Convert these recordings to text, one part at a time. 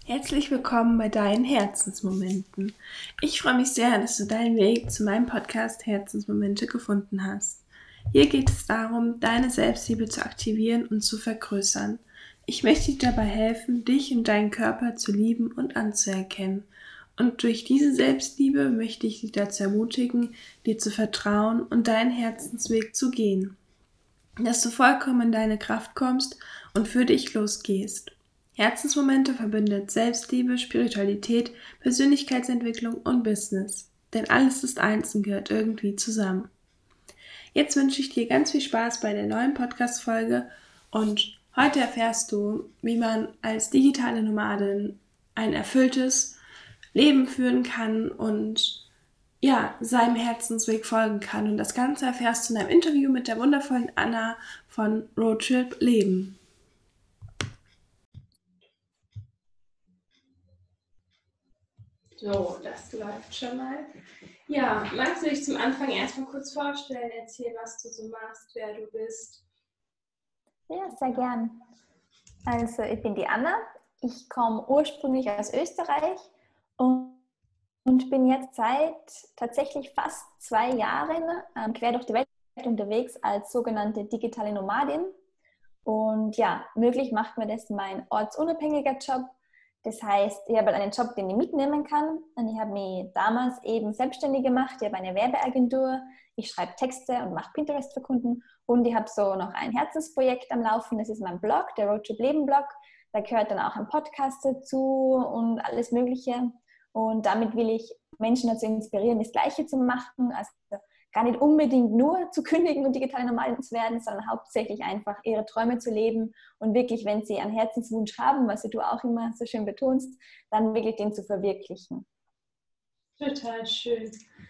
Herzlich willkommen bei deinen Herzensmomenten. Ich freue mich sehr, dass du deinen Weg zu meinem Podcast Herzensmomente gefunden hast. Hier geht es darum, deine Selbstliebe zu aktivieren und zu vergrößern. Ich möchte dir dabei helfen, dich und deinen Körper zu lieben und anzuerkennen. Und durch diese Selbstliebe möchte ich dich dazu ermutigen, dir zu vertrauen und deinen Herzensweg zu gehen. Dass du vollkommen in deine Kraft kommst und für dich losgehst. Herzensmomente verbindet Selbstliebe, Spiritualität, Persönlichkeitsentwicklung und Business. Denn alles ist eins und gehört irgendwie zusammen. Jetzt wünsche ich dir ganz viel Spaß bei der neuen Podcast-Folge und heute erfährst du, wie man als digitale Nomadin ein erfülltes Leben führen kann und seinem Herzensweg folgen kann. Und das Ganze erfährst du in einem Interview mit der wundervollen Anna von Roadtrip Leben. So, das läuft schon mal. Ja, magst du dich zum Anfang erstmal kurz vorstellen, erzählen, was du so machst, wer du bist? Ja, sehr gern. Also ich bin die Anna, ich komme ursprünglich aus Österreich und bin jetzt seit tatsächlich fast 2 Jahren quer durch die Welt unterwegs als sogenannte digitale Nomadin. Und ja, möglich macht mir das mein ortsunabhängiger Job. Das heißt, ich habe einen Job, den ich mitnehmen kann. Und ich habe mich damals eben selbstständig gemacht. Ich habe eine Werbeagentur. Ich schreibe Texte und mache Pinterest für Kunden. Und ich habe so noch ein Herzensprojekt am Laufen. Das ist mein Blog, der Roadtrip Leben Blog. Da gehört dann auch ein Podcast dazu und alles Mögliche. Und damit will ich Menschen dazu inspirieren, das Gleiche zu machen. Also gar nicht unbedingt nur zu kündigen und digitale Nomadin zu werden, sondern hauptsächlich einfach ihre Träume zu leben und wirklich, wenn sie einen Herzenswunsch haben, was du auch immer so schön betonst, dann wirklich den zu verwirklichen. Total schön.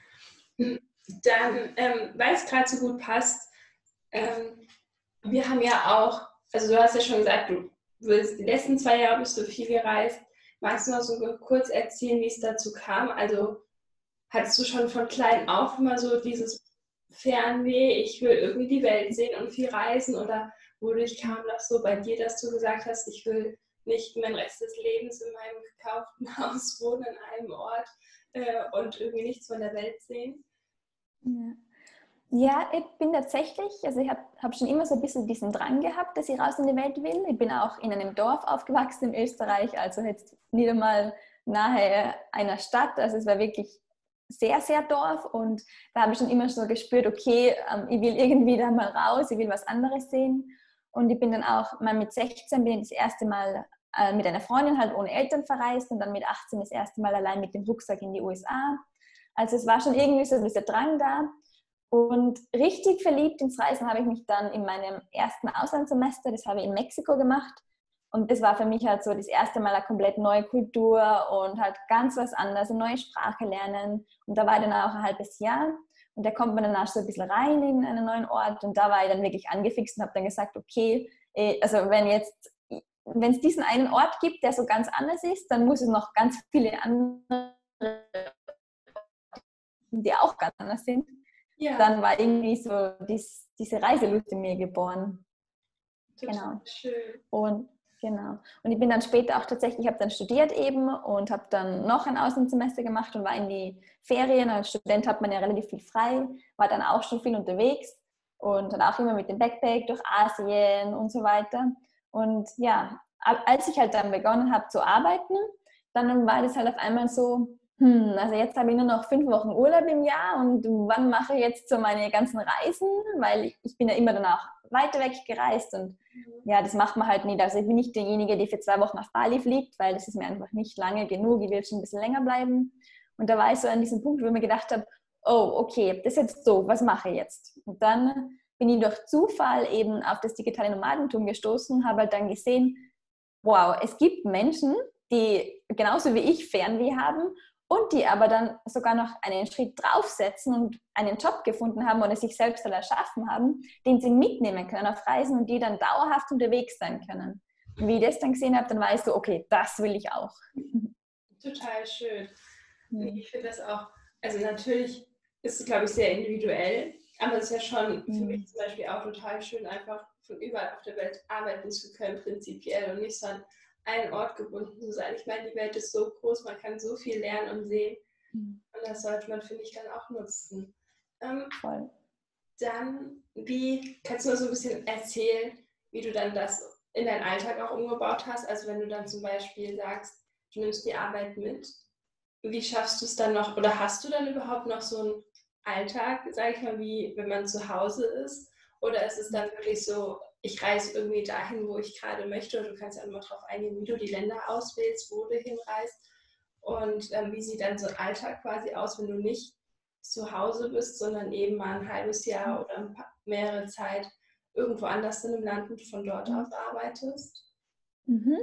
Dann, weil es gerade so gut passt, wir haben ja auch, also du hast ja schon gesagt, die letzten 2 Jahre bist du viel gereist. Magst du noch so kurz erzählen, wie es dazu kam? Also hattest du schon von klein auf immer so dieses Fernweh, ich will irgendwie die Welt sehen und viel reisen? Oder wodurch kam das so bei dir, dass du gesagt hast, ich will nicht meinen Rest des Lebens in meinem gekauften Haus wohnen, an einem Ort und irgendwie nichts von der Welt sehen? Ja. Ja, ich bin tatsächlich, also ich hab schon immer so ein bisschen diesen Drang gehabt, dass ich raus in die Welt will. Ich bin auch in einem Dorf aufgewachsen in Österreich, also jetzt nicht einmal nahe einer Stadt. Also es war wirklich sehr, sehr Dorf und da habe ich schon immer so gespürt, okay, ich will irgendwie da mal raus, ich will was anderes sehen. Und ich bin dann auch mal mit 16 bin ich das erste Mal mit einer Freundin halt ohne Eltern verreist und dann mit 18 das erste Mal allein mit dem Rucksack in die USA. Also es war schon irgendwie so dieser Drang da. Und richtig verliebt ins Reisen habe ich mich dann in meinem ersten Auslandssemester, das habe ich in Mexiko gemacht. Und das war für mich halt so das erste Mal eine komplett neue Kultur und halt ganz was anderes, eine neue Sprache lernen. Und da war ich dann auch ein halbes Jahr. Und da kommt man dann auch so ein bisschen rein in einen neuen Ort. Und da war ich dann wirklich angefixt und habe dann gesagt, okay, also wenn es diesen einen Ort gibt, der so ganz anders ist, dann muss es noch ganz viele andere, die auch ganz anders sind. Ja, Dann war irgendwie so diese Reiselust in mir geboren. total Genau. schön. Und genau. Und ich bin dann später auch tatsächlich, ich habe dann studiert eben und habe dann noch ein Auslandssemester gemacht und war in die Ferien. Als Student hat man ja relativ viel frei, war dann auch schon viel unterwegs und dann auch immer mit dem Backpack durch Asien und so weiter. Und ja, als ich halt dann begonnen habe zu arbeiten, dann war das halt auf einmal so, also jetzt habe ich nur noch 5 Wochen Urlaub im Jahr und wann mache ich jetzt so meine ganzen Reisen? Weil ich bin ja immer dann auch weiter weg gereist und ja, das macht man halt nicht. Also ich bin nicht diejenige, die für 2 Wochen auf Bali fliegt, weil das ist mir einfach nicht lange genug. Ich will schon ein bisschen länger bleiben. Und da war ich so an diesem Punkt, wo ich mir gedacht habe, oh, okay, das ist jetzt so, was mache ich jetzt? Und dann bin ich durch Zufall eben auf das digitale Nomadentum gestoßen und habe halt dann gesehen, wow, es gibt Menschen, die genauso wie ich Fernweh haben und die aber dann sogar noch einen Schritt draufsetzen und einen Job gefunden haben oder sich selbst erschaffen haben, den sie mitnehmen können auf Reisen und die dann dauerhaft unterwegs sein können. Und wie ich das dann gesehen habe, dann war ich so, okay, das will ich auch. Total schön. Mhm. Ich finde das auch, also natürlich ist es, glaube ich, sehr individuell, aber es ist ja schon für mich zum Beispiel auch total schön, einfach von überall auf der Welt arbeiten zu können, prinzipiell und nicht so an einen Ort gebunden zu sein. Ich meine, die Welt ist so groß, man kann so viel lernen und sehen. Und das sollte man, finde ich, dann auch nutzen. Voll. Dann, wie kannst du mir so ein bisschen erzählen, wie du dann das in deinen Alltag auch umgebaut hast? Also wenn du dann zum Beispiel sagst, du nimmst die Arbeit mit, wie schaffst du es dann noch, oder hast du dann überhaupt noch so einen Alltag, sage ich mal, wie wenn man zu Hause ist? Oder ist es dann wirklich so, ich reise irgendwie dahin, wo ich gerade möchte, und du kannst ja immer darauf eingehen, wie du die Länder auswählst, wo du hinreist, und wie sieht dann so ein Alltag quasi aus, wenn du nicht zu Hause bist, sondern eben mal ein halbes Jahr oder mehrere Zeit irgendwo anders in einem Land und von dort aus arbeitest? Mhm.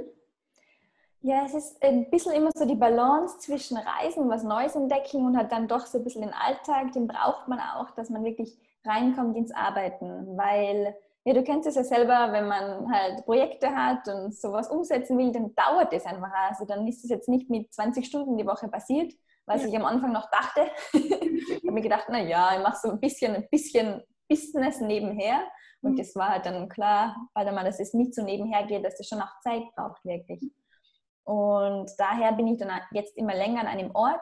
Ja, es ist ein bisschen immer so die Balance zwischen Reisen, was Neues entdecken und halt dann doch so ein bisschen den Alltag, den braucht man auch, dass man wirklich reinkommt ins Arbeiten, weil, ja, du kennst es ja selber, wenn man halt Projekte hat und sowas umsetzen will, dann dauert es einfach. Also dann ist es jetzt nicht mit 20 Stunden die Woche passiert, was ich am Anfang noch dachte. Ich habe mir gedacht, naja, ich mache so ein bisschen Business nebenher, und das war halt dann klar, weil dann mal, dass es nicht so nebenher geht, dass das schon auch Zeit braucht wirklich. Und daher bin ich dann jetzt immer länger an einem Ort.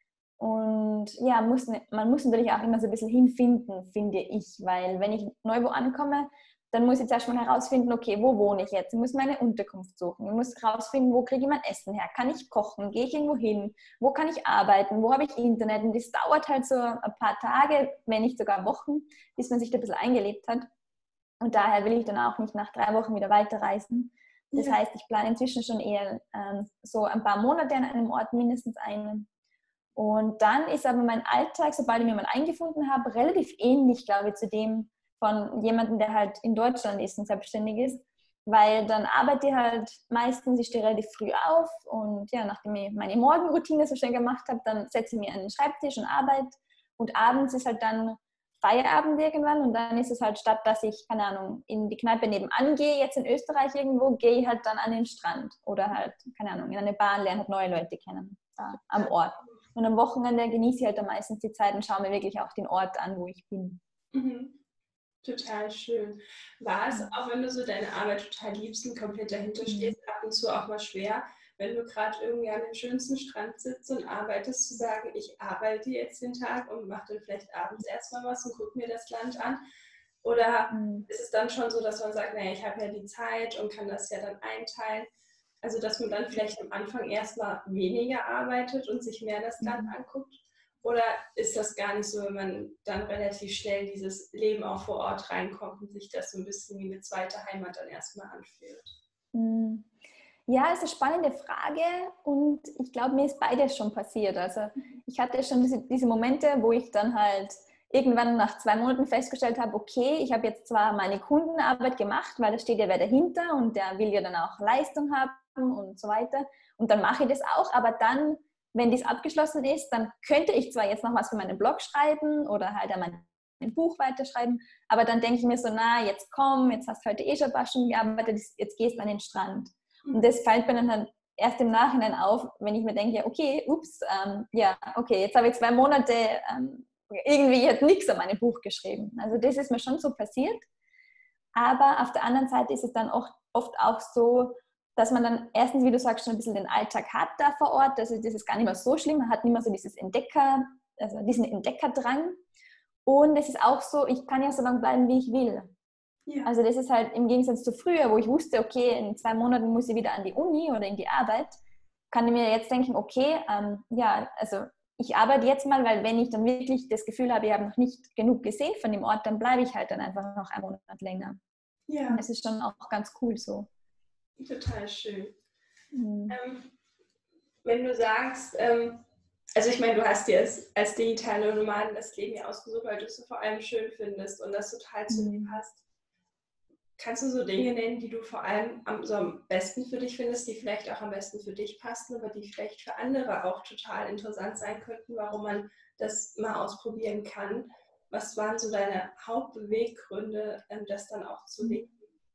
Und ja, man muss natürlich auch immer so ein bisschen hinfinden, finde ich. Weil wenn ich neu wo ankomme, dann muss ich jetzt erstmal herausfinden, okay, wo wohne ich jetzt? Ich muss meine Unterkunft suchen. Ich muss herausfinden, wo kriege ich mein Essen her? Kann ich kochen? Gehe ich irgendwo hin? Wo kann ich arbeiten? Wo habe ich Internet? Und das dauert halt so ein paar Tage, wenn nicht sogar Wochen, bis man sich da ein bisschen eingelebt hat. Und daher will ich dann auch nicht nach 3 Wochen wieder weiterreisen. Das heißt, ich plane inzwischen schon eher so ein paar Monate an einem Ort, mindestens einen. Und dann ist aber mein Alltag, sobald ich mir mal eingefunden habe, relativ ähnlich, glaube ich, zu dem von jemandem, der halt in Deutschland ist und selbstständig ist. Weil dann arbeite ich halt meistens, ich stehe relativ früh auf, und ja, nachdem ich meine Morgenroutine so schnell gemacht habe, dann setze ich mir an den Schreibtisch und arbeite. Und abends ist halt dann Feierabend irgendwann, und dann ist es halt, statt dass ich, keine Ahnung, in die Kneipe nebenan gehe, jetzt in Österreich irgendwo, gehe ich halt dann an den Strand oder halt, keine Ahnung, in eine Bahn, lerne halt neue Leute kennen, da am Ort. Und am Wochenende genieße ich halt dann meistens die Zeit und schaue mir wirklich auch den Ort an, wo ich bin. Mhm. Total schön. War es, auch wenn du so deine Arbeit total liebst und komplett dahinter stehst, ab und zu auch mal schwer, wenn du gerade irgendwie an dem schönsten Strand sitzt und arbeitest, zu sagen, ich arbeite jetzt den Tag und mache dann vielleicht abends erstmal was und gucke mir das Land an? Oder ist es dann schon so, dass man sagt, naja, ich habe ja die Zeit und kann das ja dann einteilen? Also, dass man dann vielleicht am Anfang erstmal weniger arbeitet und sich mehr das Land anguckt? Oder ist das gar nicht so, wenn man dann relativ schnell in dieses Leben auch vor Ort reinkommt und sich das so ein bisschen wie eine zweite Heimat dann erstmal anfühlt? Ja, ist eine spannende Frage, und ich glaube, mir ist beides schon passiert. Also ich hatte schon diese Momente, wo ich dann halt irgendwann nach 2 Monaten festgestellt habe, okay, ich habe jetzt zwar meine Kundenarbeit gemacht, weil da steht ja wer dahinter und der will ja dann auch Leistung haben und so weiter. Und dann mache ich das auch, aber dann, wenn dies abgeschlossen ist, dann könnte ich zwar jetzt noch was für meinen Blog schreiben oder halt an mein Buch weiterschreiben, aber dann denke ich mir so, na, jetzt komm, jetzt hast du heute schon ein paar Stunden gearbeitet, jetzt gehst du an den Strand. Und das fällt mir dann halt erst im Nachhinein auf, wenn ich mir denke, okay, ups, ja, okay, jetzt habe ich 2 Monate irgendwie jetzt nichts an meinem Buch geschrieben. Also das ist mir schon so passiert. Aber auf der anderen Seite ist es dann oft auch so, dass man dann erstens, wie du sagst, schon ein bisschen den Alltag hat da vor Ort. Also das ist gar nicht mehr so schlimm. Man hat nicht mehr so diesen Entdeckerdrang. Und es ist auch so, ich kann ja so lange bleiben, wie ich will. Ja. Also das ist halt im Gegensatz zu früher, wo ich wusste, okay, in 2 Monaten muss ich wieder an die Uni oder in die Arbeit, kann ich mir jetzt denken, okay, ja, also ich arbeite jetzt mal, weil wenn ich dann wirklich das Gefühl habe, ich habe noch nicht genug gesehen von dem Ort, dann bleibe ich halt dann einfach noch 1 Monat länger. Ja. Und das ist schon auch ganz cool so. Total schön. Wenn du sagst, also ich meine, du hast dir als digitale Nomadin das Leben ja ausgesucht, weil du es vor allem schön findest und das total zu dir passt. Kannst du so Dinge nennen, die du vor allem am besten für dich findest, die vielleicht auch am besten für dich passen, aber die vielleicht für andere auch total interessant sein könnten, warum man das mal ausprobieren kann? Was waren so deine Hauptbeweggründe, das dann auch zu leben?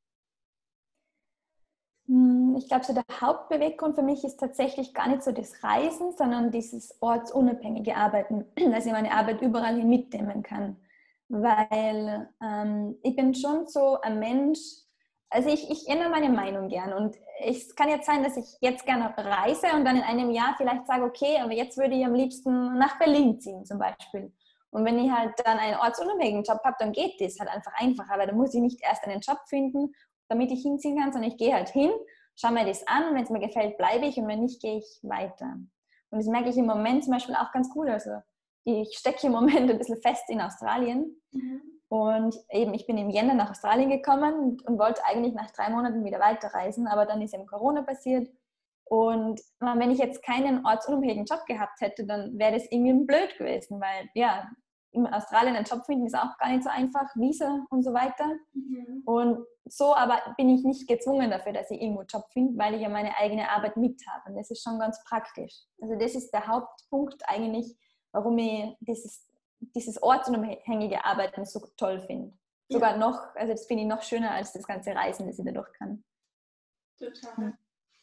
Ich glaube, so der Hauptbeweggrund für mich ist tatsächlich gar nicht so das Reisen, sondern dieses ortsunabhängige Arbeiten, dass ich meine Arbeit überall hin mitnehmen kann. Weil ich bin schon so ein Mensch, Also ich ändere meine Meinung gern und es kann jetzt sein, dass ich jetzt gerne reise und dann in einem Jahr vielleicht sage, okay, aber jetzt würde ich am liebsten nach Berlin ziehen zum Beispiel. Und wenn ich halt dann einen ortsunabhängigen Job habe, dann geht das halt einfach einfacher, weil dann muss ich nicht erst einen Job finden, damit ich hinziehen kann, sondern ich gehe halt hin, schaue mir das an, wenn es mir gefällt, bleibe ich und wenn nicht, gehe ich weiter. Und das merke ich im Moment zum Beispiel auch ganz cool. Also ich stecke im Moment ein bisschen fest in Australien. Und eben, ich bin im Jänner nach Australien gekommen und wollte eigentlich nach 3 Monaten wieder weiterreisen, aber dann ist eben Corona passiert. Und wenn ich jetzt keinen ortsunabhängigen Job gehabt hätte, dann wäre das irgendwie blöd gewesen, weil ja, in Australien einen Job finden ist auch gar nicht so einfach, Visa und so weiter. Und so aber bin ich nicht gezwungen dafür, dass ich irgendwo einen Job finde, weil ich ja meine eigene Arbeit mit habe. Und das ist schon ganz praktisch. Also das ist der Hauptpunkt eigentlich, warum ich dieses ortsunabhängige Arbeiten so toll finde. Sogar noch, also das finde ich noch schöner als das ganze Reisen, das ich dadurch kann. Total.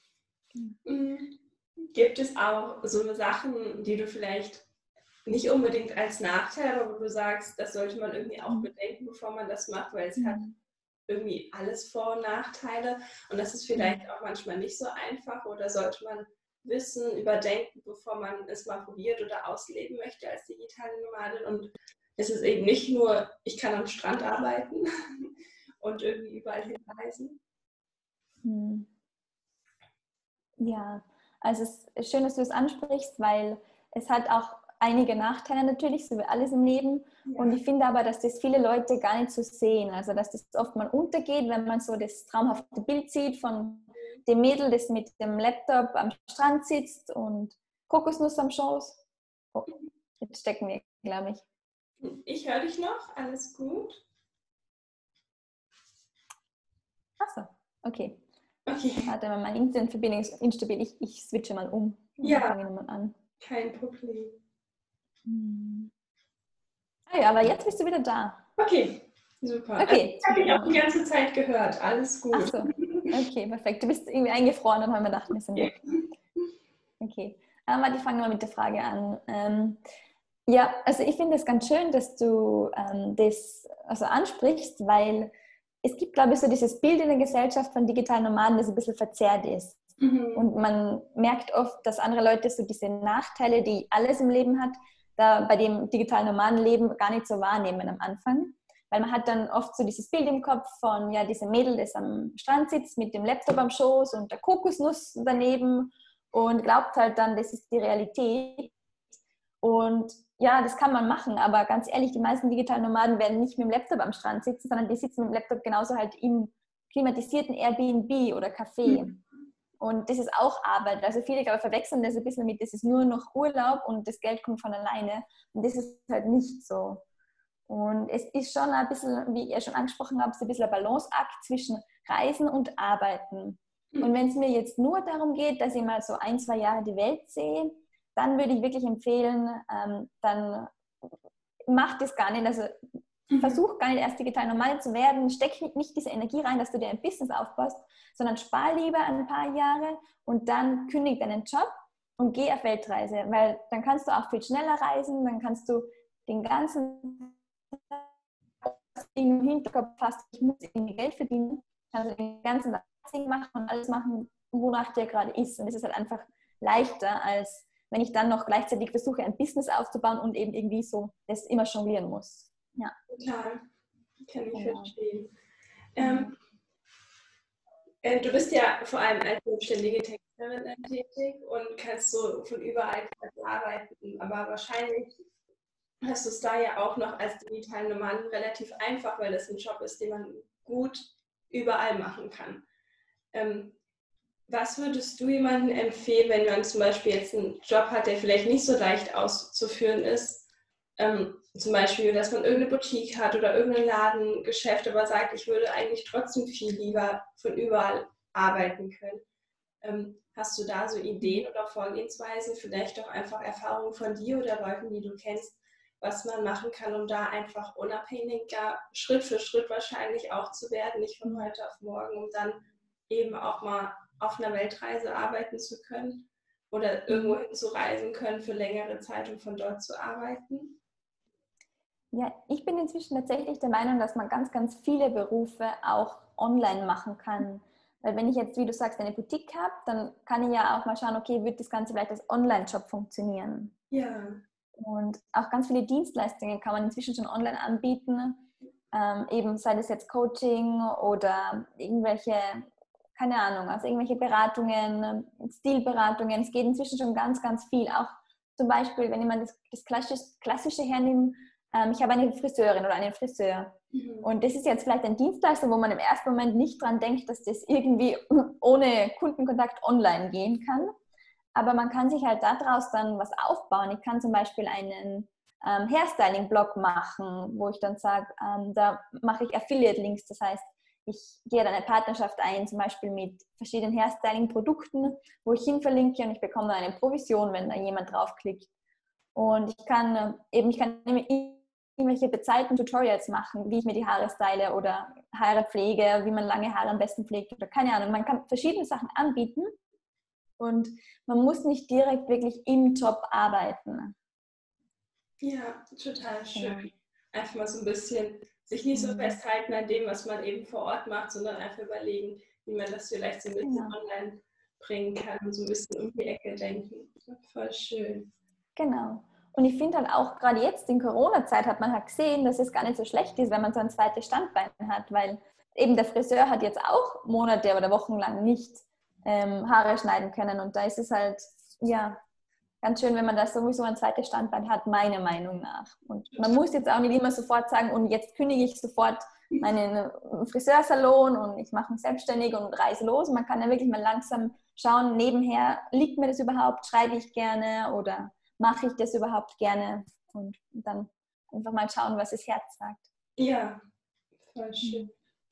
Gibt es auch so Sachen, die du vielleicht nicht unbedingt als Nachteil, aber wo du sagst, das sollte man irgendwie auch bedenken, bevor man das macht, weil es hat irgendwie alles Vor- und Nachteile und das ist vielleicht auch manchmal nicht so einfach oder sollte man wissen, überdenken, bevor man es mal probiert oder ausleben möchte als digitale Nomadin und es ist eben nicht nur, ich kann am Strand arbeiten und irgendwie überall hinreisen. Ja, also es ist schön, dass du es ansprichst, weil es hat auch einige Nachteile natürlich, so wie alles im Leben. Ja. Und ich finde aber, dass das viele Leute gar nicht so sehen. Also dass das oft mal untergeht, wenn man so das traumhafte Bild sieht von dem Mädel, das mit dem Laptop am Strand sitzt und Kokosnuss am Schoß. Oh, jetzt stecken wir, glaube ich. Ich höre dich noch, alles gut? Achso, okay. Okay. Warte mal, meine Internetverbindung ist instabil. Ich switche mal um. Ja, fange ich mal an. Kein Problem. Ah ja, aber jetzt bist du wieder da. Okay, super. Okay. Also, ich habe dich auch die ganze Zeit gehört. Alles gut. Ach so. Okay, perfekt. Du bist irgendwie eingefroren und haben wir gedacht, wir sind weg. Okay. Aber ich fange mal mit der Frage an. Ja, also ich finde es ganz schön, dass du das also ansprichst, weil es gibt, glaube ich, so dieses Bild in der Gesellschaft von digitalen Nomaden, das ein bisschen verzerrt ist. Und man merkt oft, dass andere Leute so diese Nachteile, die alles im Leben hat, da bei dem digitalen Nomadenleben gar nicht so wahrnehmen am Anfang. Weil man hat dann oft so dieses Bild im Kopf von ja, diesem Mädel, das am Strand sitzt mit dem Laptop am Schoß und der Kokosnuss daneben und glaubt halt dann, das ist die Realität. Und ja, das kann man machen, aber ganz ehrlich, die meisten digitalen Nomaden werden nicht mit dem Laptop am Strand sitzen, sondern die sitzen mit dem Laptop genauso halt im klimatisierten Airbnb oder Café. Und das ist auch Arbeit. Also viele, glaube ich, verwechseln das ein bisschen mit, das ist nur noch Urlaub und das Geld kommt von alleine. Und das ist halt nicht so. Und es ist schon ein bisschen, wie ihr schon angesprochen habt, ein bisschen ein Balanceakt zwischen Reisen und Arbeiten. Und wenn es mir jetzt nur darum geht, dass ich mal so 1, 2 Jahre die Welt sehe, dann würde ich wirklich empfehlen, dann macht das gar nicht. Also versuch gar nicht erst digital normal zu werden, steck nicht diese Energie rein, dass du dir ein Business aufbaust, sondern spar lieber ein paar Jahre und dann kündig deinen Job und geh auf Weltreise, weil dann kannst du auch viel schneller reisen, dann kannst du den ganzen im Hinterkopf hast, ich muss irgendwie Geld verdienen, kannst du den ganzen Tag machen und alles machen, wonach dir gerade ist. Und es ist halt einfach leichter, als wenn ich dann noch gleichzeitig versuche, ein Business aufzubauen und eben irgendwie so das immer jonglieren muss. Ja. Total. Kann ich verstehen. Du bist ja vor allem als selbstständige Texterin tätig und kannst so von überall arbeiten, aber wahrscheinlich hast du es da ja auch noch als digitalen Nomaden relativ einfach, weil das ein Job ist, den man gut überall machen kann. Was würdest du jemandem empfehlen, wenn man zum Beispiel jetzt einen Job hat, der vielleicht nicht so leicht auszuführen ist? Zum Beispiel, dass man irgendeine Boutique hat oder irgendein Ladengeschäft, aber sagt, ich würde eigentlich trotzdem viel lieber von überall arbeiten können. Hast du da so Ideen oder Vorgehensweisen, vielleicht auch einfach Erfahrungen von dir oder Leuten, die du kennst, was man machen kann, um da einfach unabhängiger, Schritt für Schritt wahrscheinlich auch zu werden, nicht von heute auf morgen, um dann eben auch mal auf einer Weltreise arbeiten zu können oder irgendwo hin zu reisen können für längere Zeit und von dort zu arbeiten? Ja, ich bin inzwischen tatsächlich der Meinung, dass man ganz, ganz viele Berufe auch online machen kann. Weil wenn ich jetzt, wie du sagst, eine Boutique habe, dann kann ich ja auch mal schauen, okay, wird das Ganze vielleicht als Online-Job funktionieren? Ja. Und auch ganz viele Dienstleistungen kann man inzwischen schon online anbieten. Eben sei das jetzt Coaching oder irgendwelche, keine Ahnung, also irgendwelche Beratungen, Stilberatungen. Es geht inzwischen schon ganz, ganz viel. Auch zum Beispiel, wenn ich mal das Klassische hernehme, ich habe eine Friseurin oder einen Friseur. Mhm. Und das ist jetzt vielleicht ein Dienstleister, wo man im ersten Moment nicht dran denkt, dass das irgendwie ohne Kundenkontakt online gehen kann. Aber man kann sich halt daraus dann was aufbauen. Ich kann zum Beispiel einen Hairstyling-Blog machen, wo ich dann sage, da mache ich Affiliate-Links. Das heißt, ich gehe dann eine Partnerschaft ein, zum Beispiel mit verschiedenen Hairstyling-Produkten, wo ich hin verlinke und ich bekomme dann eine Provision, wenn da jemand draufklickt. Und ich kann irgendwelche bezahlten Tutorials machen, wie ich mir die Haare style oder Haare pflege, wie man lange Haare am besten pflegt oder keine Ahnung. Man kann verschiedene Sachen anbieten und man muss nicht direkt wirklich im Job arbeiten. Ja, total Genau. schön. Einfach mal so ein bisschen sich nicht so Mhm. festhalten an dem, was man eben vor Ort macht, sondern einfach überlegen, wie man das vielleicht so ein bisschen Genau. online bringen kann und so ein bisschen um die Ecke denken. Voll schön. Genau. Und ich finde halt auch gerade jetzt in Corona-Zeit hat man halt gesehen, dass es gar nicht so schlecht ist, wenn man so ein zweites Standbein hat, weil eben der Friseur hat jetzt auch Monate oder Wochen lang nicht Haare schneiden können und da ist es halt, ja, ganz schön, wenn man da sowieso ein zweites Standbein hat, meiner Meinung nach. Und man muss jetzt auch nicht immer sofort sagen, und jetzt kündige ich sofort meinen Friseursalon und ich mache mich selbstständig und reise los. Man kann ja wirklich mal langsam schauen, nebenher, liegt mir das überhaupt, schreibe ich gerne oder mache ich das überhaupt gerne? Und dann einfach mal schauen, was das Herz sagt. Ja, voll schön.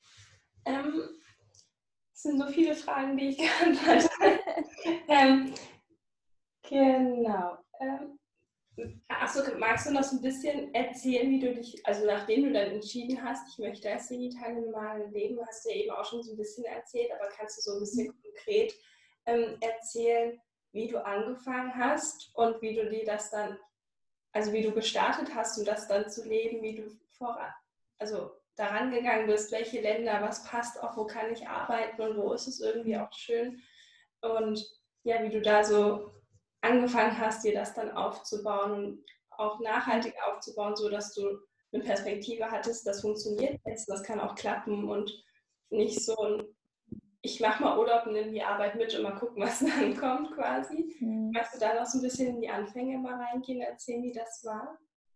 Es sind so viele Fragen, die ich geantwortet habe. ähm, genau. Achso, magst du noch so ein bisschen erzählen, wie du dich, also nachdem du dann entschieden hast, ich möchte als digitale Nomadin leben, hast du ja eben auch schon so ein bisschen erzählt, aber kannst du so ein bisschen konkret erzählen, wie du angefangen hast und wie du dir das dann, also wie du gestartet hast, um das dann zu leben, wie du also daran gegangen bist, welche Länder, was passt auch, wo kann ich arbeiten und wo ist es irgendwie auch schön und ja, wie du da so angefangen hast, dir das dann aufzubauen und auch nachhaltig aufzubauen, sodass du eine Perspektive hattest, das funktioniert jetzt, das kann auch klappen und nicht so ein, ich mache mal Urlaub und nehme die Arbeit mit und mal gucken, was dann kommt quasi. Mhm. Magst du da noch so ein bisschen in die Anfänge mal reingehen, erzählen, wie das war?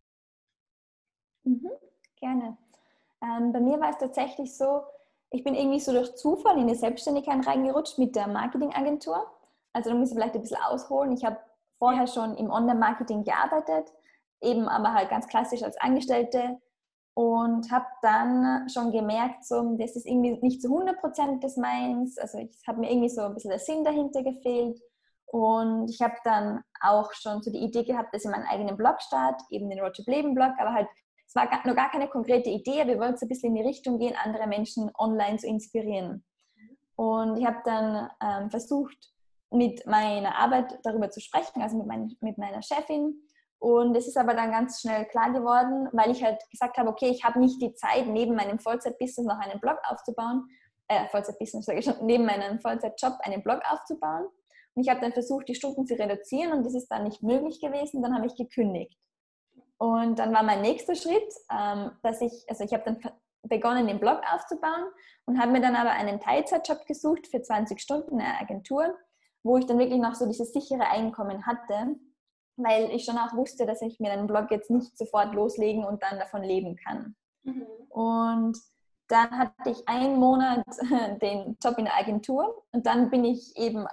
Mhm. Gerne. Bei mir war es tatsächlich so, ich bin irgendwie so durch Zufall in die Selbstständigkeit reingerutscht mit der Marketingagentur. Also da muss ich vielleicht ein bisschen ausholen. Ich habe Ja. vorher schon im Online-Marketing gearbeitet, eben aber halt ganz klassisch als Angestellte und habe dann schon gemerkt, so, das ist irgendwie nicht zu 100% des meins. Also ich habe mir irgendwie so ein bisschen der Sinn dahinter gefehlt. Und ich habe dann auch schon so die Idee gehabt, dass ich meinen eigenen Blog starte, eben den Road to Leben Blog, aber halt es war noch gar keine konkrete Idee, wir wollten so ein bisschen in die Richtung gehen, andere Menschen online zu inspirieren. Und ich habe dann versucht, mit meiner Arbeit darüber zu sprechen, also mit meiner Chefin. Und es ist aber dann ganz schnell klar geworden, weil ich halt gesagt habe, okay, ich habe nicht die Zeit, neben meinem Vollzeit-Business noch einen Blog aufzubauen, Vollzeit-Business sage ich schon, neben meinem Vollzeit-Job einen Blog aufzubauen. Und ich habe dann versucht, die Stunden zu reduzieren und das ist dann nicht möglich gewesen. Dann habe ich gekündigt. Und dann war mein nächster Schritt, also ich habe dann begonnen, den Blog aufzubauen und habe mir dann aber einen Teilzeitjob gesucht für 20 Stunden in einer Agentur, wo ich dann wirklich noch so dieses sichere Einkommen hatte, weil ich schon auch wusste, dass ich mir einen Blog jetzt nicht sofort loslegen und dann davon leben kann. Mhm. Und dann hatte ich einen Monat den Job in der Agentur und dann bin ich eben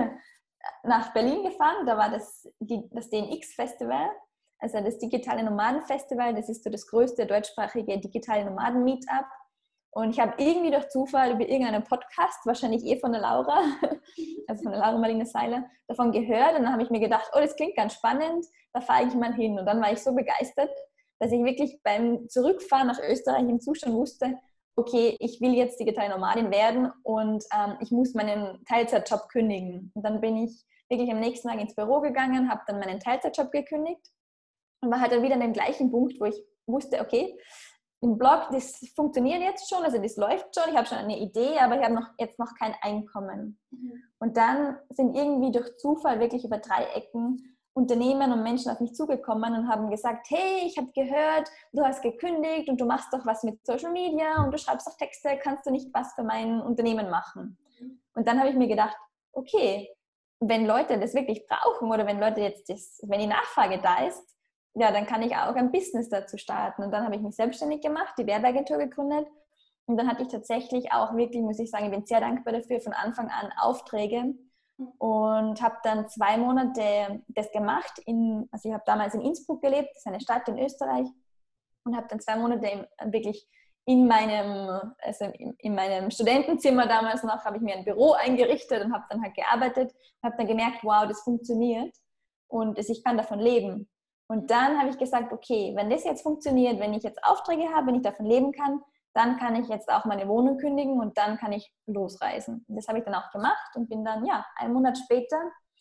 nach Berlin gefahren. Da war das DNX-Festival, also das Digitale Nomaden-Festival. Das ist so das größte deutschsprachige digitale Nomaden-Meetup. Und ich habe irgendwie durch Zufall über irgendeinen Podcast, wahrscheinlich von der Laura, also von der Laura Marlene Seiler, davon gehört. Und dann habe ich mir gedacht, oh, das klingt ganz spannend, da fahre ich mal hin. Und dann war ich so begeistert, dass ich wirklich beim Zurückfahren nach Österreich im Zustand wusste, okay, ich will jetzt digitale Nomadin werden und ich muss meinen Teilzeitjob kündigen. Und dann bin ich wirklich am nächsten Tag ins Büro gegangen, habe dann meinen Teilzeitjob gekündigt und war halt dann wieder an dem gleichen Punkt, wo ich wusste, okay, im Blog, das funktioniert jetzt schon, also das läuft schon, ich habe schon eine Idee, aber ich habe jetzt noch kein Einkommen. Und dann sind irgendwie durch Zufall wirklich über 3 Ecken Unternehmen und Menschen auf mich zugekommen und haben gesagt, hey, ich habe gehört, du hast gekündigt und du machst doch was mit Social Media und du schreibst doch Texte, kannst du nicht was für mein Unternehmen machen? Und dann habe ich mir gedacht, okay, wenn Leute das wirklich brauchen oder wenn Leute wenn die Nachfrage da ist, ja, dann kann ich auch ein Business dazu starten. Und dann habe ich mich selbstständig gemacht, die Werbeagentur gegründet. Und dann hatte ich tatsächlich auch wirklich, muss ich sagen, ich bin sehr dankbar dafür, von Anfang an Aufträge und habe dann 2 Monate das gemacht. Also ich habe damals in Innsbruck gelebt, das ist eine Stadt in Österreich, und habe dann 2 Monate wirklich in meinem Studentenzimmer damals noch, habe ich mir ein Büro eingerichtet und habe dann halt gearbeitet und habe dann gemerkt, wow, das funktioniert und ich kann davon leben. Und dann habe ich gesagt, okay, wenn das jetzt funktioniert, wenn ich jetzt Aufträge habe, wenn ich davon leben kann, dann kann ich jetzt auch meine Wohnung kündigen und dann kann ich losreisen. Und das habe ich dann auch gemacht und bin dann, 1 Monat später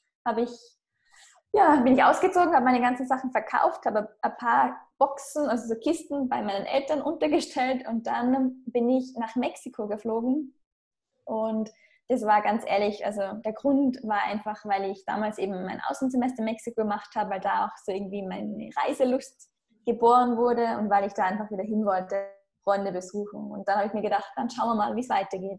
bin ich ausgezogen, habe meine ganzen Sachen verkauft, habe ein paar Boxen, also so Kisten bei meinen Eltern untergestellt und dann bin ich nach Mexiko geflogen. Und das war ganz ehrlich, also der Grund war einfach, weil ich damals eben mein Außensemester in Mexiko gemacht habe, weil da auch so irgendwie meine Reiselust geboren wurde und weil ich da einfach wieder hin wollte, Freunde besuchen. Und dann habe ich mir gedacht, dann schauen wir mal, wie es weitergeht.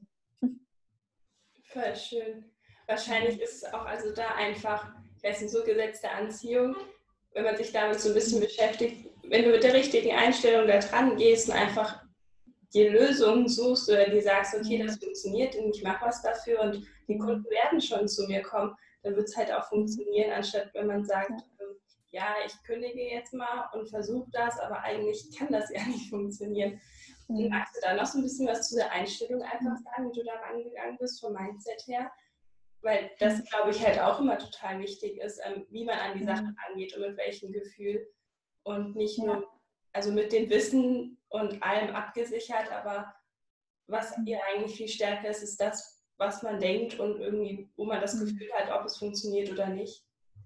Voll schön. Wahrscheinlich ist es auch also da einfach, ich weiß nicht, so Gesetz der Anziehung, wenn man sich damit so ein bisschen beschäftigt, wenn du mit der richtigen Einstellung da dran gehst und einfach die Lösung suchst oder die sagst, okay, das funktioniert und ich mache was dafür und die Kunden werden schon zu mir kommen, dann wird es halt auch funktionieren, anstatt wenn man sagt, ja, ich kündige jetzt mal und versuche das, aber eigentlich kann das ja nicht funktionieren. Und magst du da noch so ein bisschen was zu der Einstellung einfach sagen, wie du da rangegangen bist, vom Mindset her? Weil das, glaube ich, halt auch immer total wichtig ist, wie man an die Sachen angeht und mit welchem Gefühl und nicht nur, also mit dem Wissen und allem abgesichert, aber was ihr eigentlich viel stärker ist, ist das, was man denkt und irgendwie, wo man das Gefühl hat, ob es funktioniert oder nicht.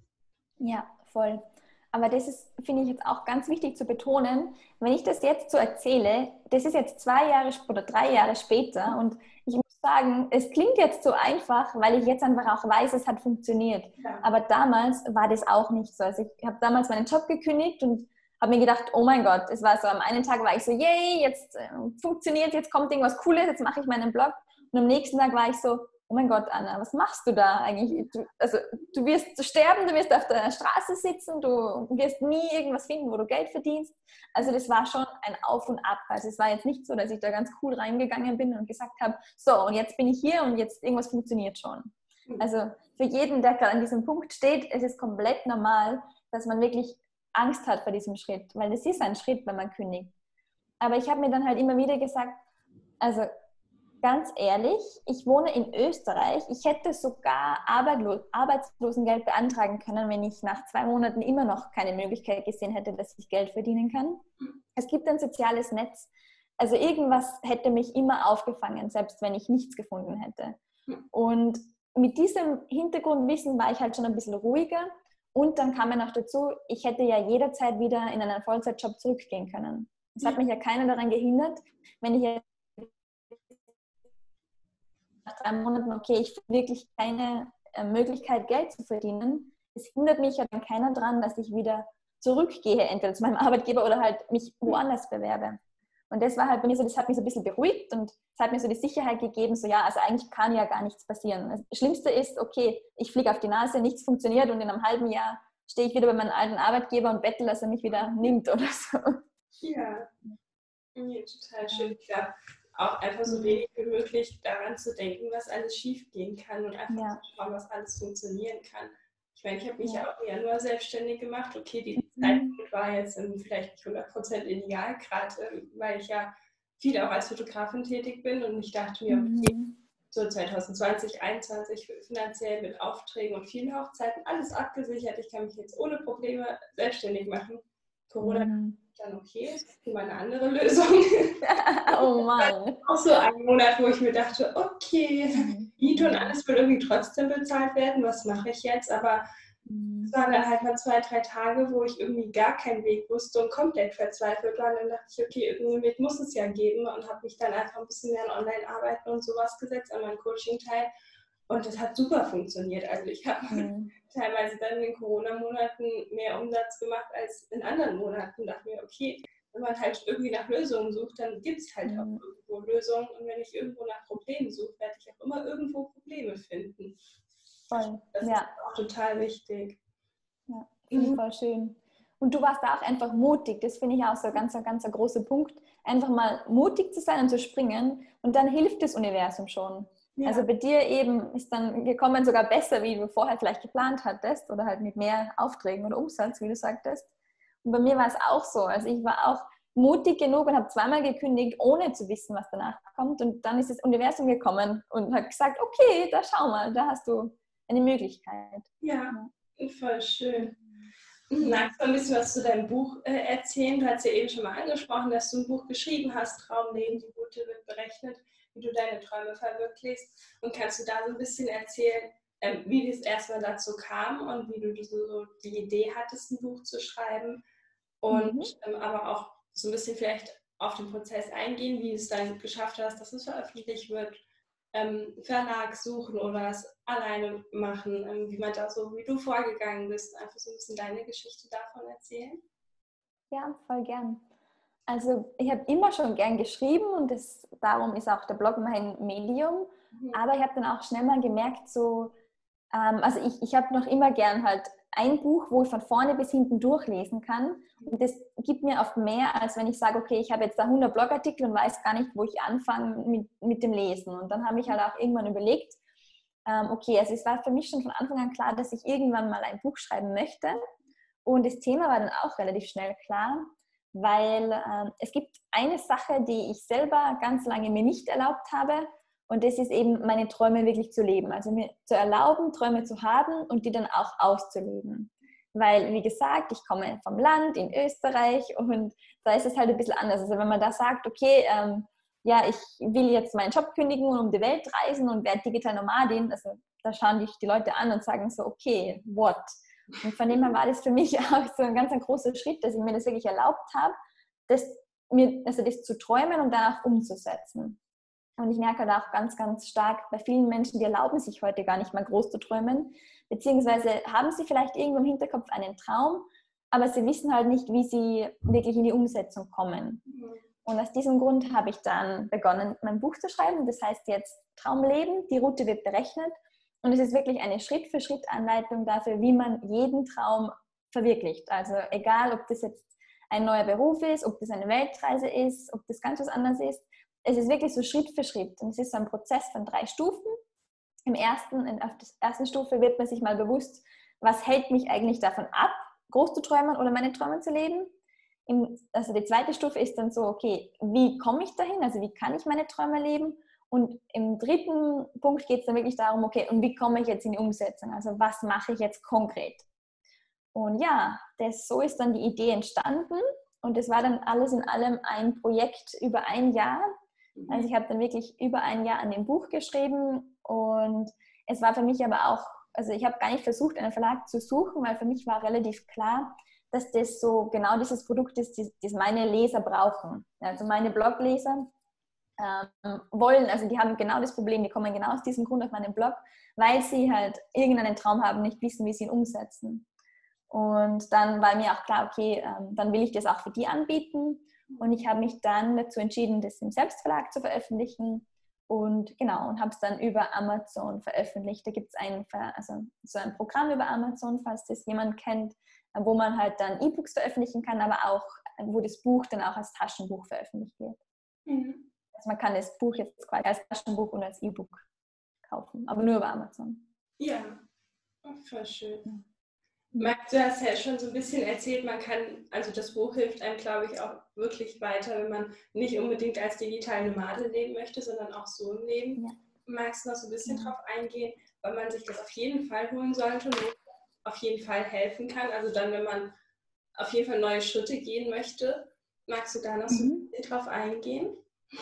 Ja, voll. Aber das ist, finde ich, jetzt auch ganz wichtig zu betonen, wenn ich das jetzt so erzähle, das ist jetzt 2 Jahre oder 3 Jahre später und ich muss sagen, es klingt jetzt so einfach, weil ich jetzt einfach auch weiß, es hat funktioniert. Ja. Aber damals war das auch nicht so. Also ich habe damals meinen Job gekündigt und habe mir gedacht, oh mein Gott, es war so, am einen Tag war ich so, yay, jetzt funktioniert, jetzt kommt irgendwas Cooles, jetzt mache ich meinen Blog. Und am nächsten Tag war ich so, oh mein Gott, Anna, was machst du da eigentlich? Du wirst sterben, du wirst auf der Straße sitzen, du wirst nie irgendwas finden, wo du Geld verdienst. Also das war schon ein Auf und Ab. Also es war jetzt nicht so, dass ich da ganz cool reingegangen bin und gesagt habe, so, und jetzt bin ich hier und jetzt irgendwas funktioniert schon. Also für jeden, der gerade an diesem Punkt steht, es ist komplett normal, dass man wirklich Angst hat vor diesem Schritt, weil das ist ein Schritt, wenn man kündigt. Aber ich habe mir dann halt immer wieder gesagt, also ganz ehrlich, ich wohne in Österreich. Ich hätte sogar Arbeitslosengeld beantragen können, wenn ich nach 2 Monaten immer noch keine Möglichkeit gesehen hätte, dass ich Geld verdienen kann. Es gibt ein soziales Netz. Also irgendwas hätte mich immer aufgefangen, selbst wenn ich nichts gefunden hätte. Und mit diesem Hintergrundwissen war ich halt schon ein bisschen ruhiger. Und dann kam ja noch dazu, ich hätte ja jederzeit wieder in einen Vollzeitjob zurückgehen können. Es hat mich ja keiner daran gehindert, wenn ich jetzt nach 3 Monaten, okay, ich habe wirklich keine Möglichkeit, Geld zu verdienen. Es hindert mich ja dann keiner daran, dass ich wieder zurückgehe, entweder zu meinem Arbeitgeber oder halt mich woanders bewerbe. Und das war halt bei mir so, das hat mich so ein bisschen beruhigt und es hat mir so die Sicherheit gegeben, so ja, also eigentlich kann ja gar nichts passieren. Das Schlimmste ist, okay, ich fliege auf die Nase, nichts funktioniert und in einem halben Jahr stehe ich wieder bei meinem alten Arbeitgeber und bettel, dass er mich wieder nimmt oder so. Ja, total schön. Ich glaube, auch einfach so wenig wie möglich daran zu denken, was alles schief gehen kann und einfach zu schauen, was alles funktionieren kann. Ich meine, ich habe mich ja auch im Januar selbstständig gemacht. Okay, die Zeitpunkt war jetzt vielleicht nicht 100% ideal, gerade weil ich ja viel auch als Fotografin tätig bin und ich dachte mir, okay, so 2020, 2021 finanziell mit Aufträgen und vielen Hochzeiten, alles abgesichert. Ich kann mich jetzt ohne Probleme selbstständig machen. Corona dann okay, das ist immer eine andere Lösung. Oh Mann. Auch so ein Monat, wo ich mir dachte, okay, Miete und alles wird irgendwie trotzdem bezahlt werden, was mache ich jetzt? Aber Es waren dann halt mal 2, 3 Tage, wo ich irgendwie gar keinen Weg wusste und komplett verzweifelt war. Und dann dachte ich, okay, irgendeinen Weg muss es ja geben und habe mich dann einfach ein bisschen mehr an Online-Arbeiten und sowas gesetzt, an meinen Coaching-Teil. Und das hat super funktioniert. Also ich habe teilweise dann in den Corona-Monaten mehr Umsatz gemacht als in anderen Monaten. Da dachte mir, okay, wenn man halt irgendwie nach Lösungen sucht, dann gibt es halt auch irgendwo Lösungen. Und wenn ich irgendwo nach Problemen suche, werde ich auch immer irgendwo Probleme finden. Voll. Das ist auch total wichtig. Ja, finde ich voll schön. Und du warst da auch einfach mutig. Das finde ich auch so ein ganz großer Punkt. Einfach mal mutig zu sein und zu springen. Und dann hilft das Universum schon. Ja. Also bei dir eben ist dann gekommen sogar besser, wie du vorher vielleicht geplant hattest. Oder halt mit mehr Aufträgen oder Umsatz, wie du sagtest. Und bei mir war es auch so. Also ich war auch mutig genug und habe zweimal gekündigt, ohne zu wissen, was danach kommt. Und dann ist das Universum gekommen und hat gesagt, okay, da schau mal, da hast du eine Möglichkeit. Ja. Voll schön. Magst du ein bisschen was zu deinem Buch erzählen? Du hast ja eben schon mal angesprochen, dass du ein Buch geschrieben hast, Traumleben, die Route wird berechnet, wie du deine Träume verwirklichst. Und kannst du da so ein bisschen erzählen, wie es erstmal dazu kam und wie du so die Idee hattest, ein Buch zu schreiben? Und aber auch so ein bisschen vielleicht auf den Prozess eingehen, wie du es dann geschafft hast, dass es veröffentlicht wird. Verlag suchen oder es alleine machen, wie man da so, wie du vorgegangen bist, einfach so ein bisschen deine Geschichte davon erzählen? Ja, voll gern. Also ich habe immer schon gern geschrieben und darum ist auch der Blog mein Medium, aber ich habe dann auch schnell mal gemerkt, so, also ich habe noch immer gern halt ein Buch, wo ich von vorne bis hinten durchlesen kann. Und das gibt mir oft mehr, als wenn ich sage, okay, ich habe jetzt da 100 Blogartikel und weiß gar nicht, wo ich anfange mit dem Lesen. Und dann habe ich halt auch irgendwann überlegt, okay, also es war für mich schon von Anfang an klar, dass ich irgendwann mal ein Buch schreiben möchte. Und das Thema war dann auch relativ schnell klar, weil es gibt eine Sache, die ich selber ganz lange mir nicht erlaubt habe. Und das ist eben, meine Träume wirklich zu leben. Also mir zu erlauben, Träume zu haben und die dann auch auszuleben. Weil, wie gesagt, ich komme vom Land in Österreich und da ist es halt ein bisschen anders. Also wenn man da sagt, okay, ja, ich will jetzt meinen Job kündigen und um die Welt reisen und werde digital Nomadin, also da schauen dich die Leute an und sagen so, okay, what? Und von dem her war das für mich auch so ein ganz großer Schritt, dass ich mir das wirklich erlaubt habe, das zu träumen und danach umzusetzen. Und ich merke halt auch ganz stark bei vielen Menschen, die erlauben sich heute gar nicht mal groß zu träumen, beziehungsweise haben sie vielleicht irgendwo im Hinterkopf einen Traum, aber sie wissen halt nicht, wie sie wirklich in die Umsetzung kommen. Und aus diesem Grund habe ich dann begonnen, mein Buch zu schreiben. Das heißt jetzt Traumleben, die Route wird berechnet. Und es ist wirklich eine Schritt-für-Schritt-Anleitung dafür, wie man jeden Traum verwirklicht. Also egal, ob das jetzt ein neuer Beruf ist, ob das eine Weltreise ist, ob das ganz was anderes ist. Es ist wirklich so Schritt für Schritt. Und es ist so ein Prozess von 3 Stufen. Auf der ersten Stufe wird man sich mal bewusst, was hält mich eigentlich davon ab, groß zu träumen oder meine Träume zu leben. Also die zweite Stufe ist dann so, okay, wie komme ich dahin? Also wie kann ich meine Träume leben? Und im dritten Punkt geht es dann wirklich darum, okay, und wie komme ich jetzt in die Umsetzung? Also was mache ich jetzt konkret? Und ja, so ist dann die Idee entstanden. Und es war dann alles in allem ein Projekt über ein Jahr. Also ich habe dann wirklich über ein Jahr an dem Buch geschrieben. Und es war für mich aber auch, also ich habe gar nicht versucht, einen Verlag zu suchen, weil für mich war relativ klar, dass das so genau dieses Produkt ist, das meine Leser brauchen. Also meine Blogleser wollen, also die haben genau das Problem, die kommen genau aus diesem Grund auf meinen Blog, weil sie halt irgendeinen Traum haben, nicht wissen, wie sie ihn umsetzen. Und dann war mir auch klar, okay, dann will ich das auch für die anbieten. Und ich habe mich dann dazu entschieden, das im Selbstverlag zu veröffentlichen. Und genau, und habe es dann über Amazon veröffentlicht. Da gibt es so ein Programm über Amazon, falls das jemand kennt, wo man halt dann E-Books veröffentlichen kann, aber auch, wo das Buch dann auch als Taschenbuch veröffentlicht wird. Also man kann das Buch jetzt quasi als Taschenbuch und als E-Book kaufen, aber nur über Amazon. Ja, voll schön. Max, du hast ja schon so ein bisschen erzählt, also das Buch hilft einem, glaube ich, auch wirklich weiter, wenn man nicht unbedingt als digitale Nomade leben möchte, sondern auch so ein Leben. Ja. Magst du noch so ein bisschen drauf eingehen, weil man sich das auf jeden Fall holen sollte und auf jeden Fall helfen kann? Also dann, wenn man auf jeden Fall neue Schritte gehen möchte, magst du da noch so ein bisschen drauf eingehen?